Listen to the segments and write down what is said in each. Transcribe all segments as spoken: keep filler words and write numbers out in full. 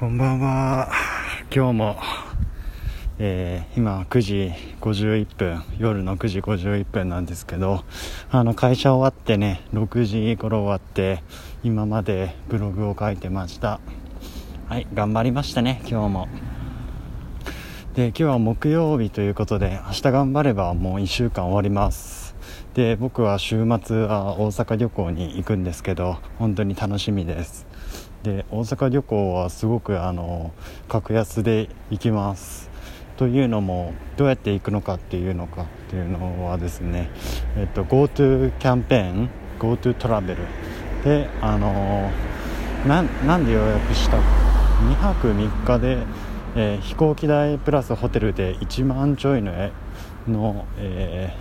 こんばんは。今日も、えー、今くじごじゅういっぷん、夜のくじごじゅういっぷんなんですけど、あの会社終わってね、ろくじ頃終わって今までブログを書いてました。はい、頑張りましたね、今日も。で、今日は木曜日ということで、明日頑張ればもういっしゅうかん終わります。で、僕は週末は大阪旅行に行くんですけど、本当に楽しみです。で、大阪旅行はすごくあの格安で行きます。というのも、どうやって行くのかっていうのかっていうのはですね、えっと GoTo キャンペーン GoTo トラベルで、あのななんで予約したにはくみっかで、えー、飛行機代プラスホテルでいちまんちょいの、の、え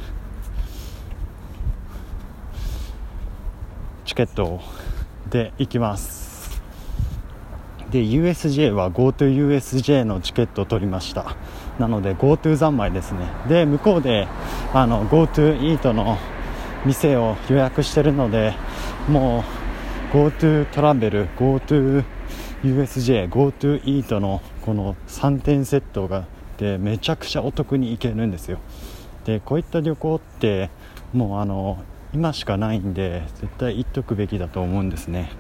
ー、チケットで行きます。で ユーエスジェー は GoTo ユーエスジェー のチケットを取りました。なので GoTo 三昧ですね。で、向こうであの GoTo イートの店を予約してるので、もう GoTo トラベル GoTo ユーエスジェー GoTo イートのこのさんてんセットがでめちゃくちゃお得に行けるんですよ。で、こういった旅行ってもうあの今しかないんで、絶対行っとくべきだと思うんですね。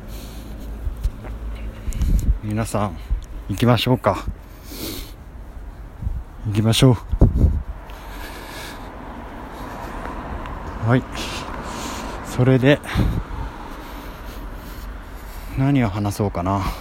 皆さん行きましょうか。行きましょう。はい、それで何を話そうかな。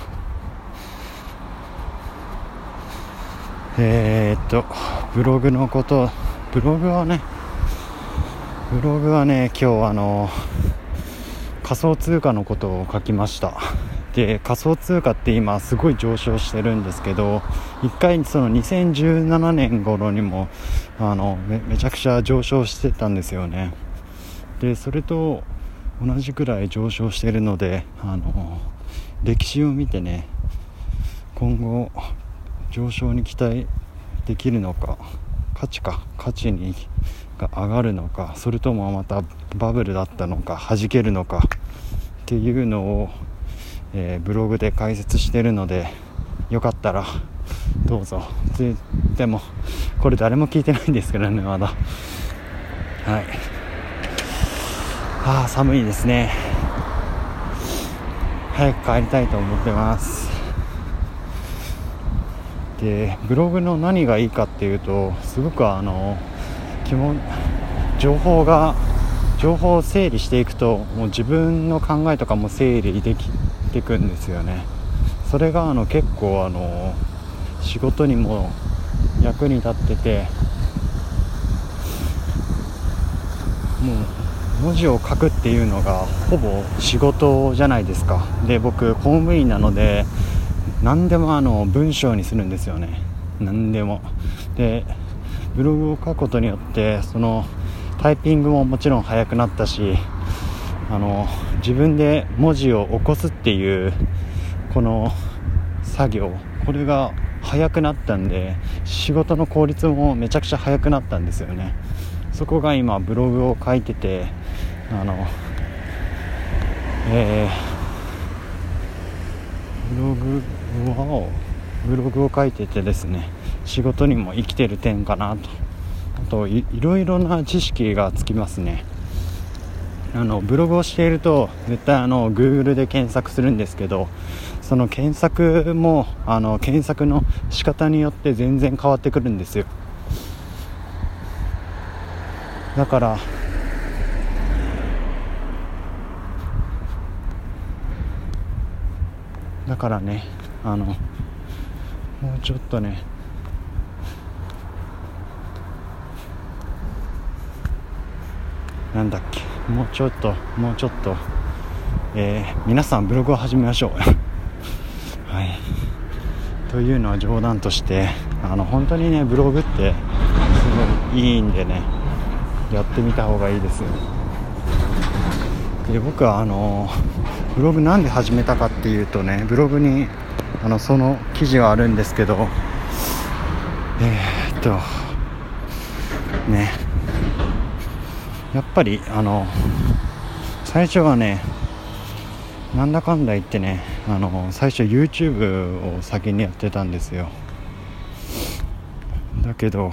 えー、っとブログのことブログはねブログはね今日あの仮想通貨のことを書きました。で、仮想通貨って今すごい上昇してるんですけど、一回そのにせんじゅうななねん頃にもあの め, めちゃくちゃ上昇してたんですよね。で、それと同じくらい上昇してるので、あの歴史を見てね、今後上昇に期待できるのか、価値か価値にが上がるのか、それともまたバブルだったのか弾けるのかっていうのをえー、ブログで解説してるので、よかったらどうぞ。で、でもこれ誰も聞いてないんですからね、まだ。はい。あー、寒いですね。早く帰りたいと思ってます。で、ブログの何がいいかっていうと、すごくあの基本情報が情報を整理していくと、もう自分の考えとかも整理できていくんですよね。それがあの結構あの仕事にも役に立ってて、もう文字を書くっていうのがほぼ仕事じゃないですか。で、僕公務員なので何でもあの文章にするんですよね。何でも。で、ブログを書くことによってそのタイピングももちろん速くなったし、あの自分で文字を起こすっていうこの作業、これが速くなったんで、仕事の効率もめちゃくちゃ速くなったんですよね。そこが今ブログを書いてて、あのえー、ブログをブログを書いててですね、仕事にも生きてる点かなと。あと い, いろいろな知識がつきますね。あのブログをしていると絶対あの Google で検索するんですけど、その検索もあの検索の仕方によって全然変わってくるんですよ。だからだからねあのもうちょっとねなんだっけもうちょっともうちょっと、えー、皆さんブログを始めましょうはい。というのは冗談として、あの本当にねブログってすごいいいんでね、やってみた方がいいです。で、僕はあのブログなんで始めたかっていうとね、ブログにあのその記事があるんですけど、えー、っとねやっぱりあの最初はねなんだかんだ言ってねあの最初 YouTube を先にやってたんですよ。だけど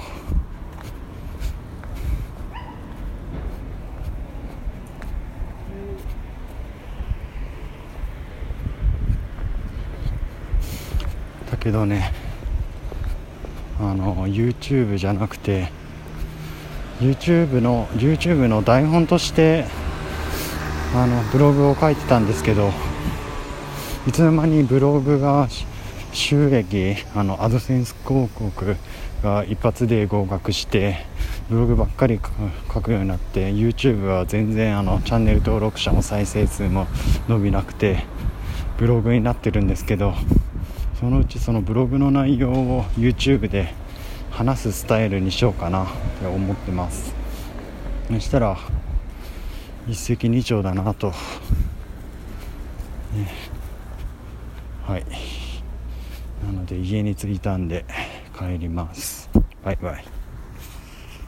だけどねあの YouTube じゃなくて YouTube の YouTube の台本としてあのブログを書いてたんですけど、いつの間にブログが収益あのアドセンス広告が一発で合格してブログばっかり書くようになって、 YouTube は全然あのチャンネル登録者も再生数も伸びなくてブログになってるんですけど、そのうちそのブログの内容を YouTube で話すスタイルにしようかなって思ってます。そしたら一石二鳥だなと、ね、はい、なので家に着いたんで帰ります。バイバイ。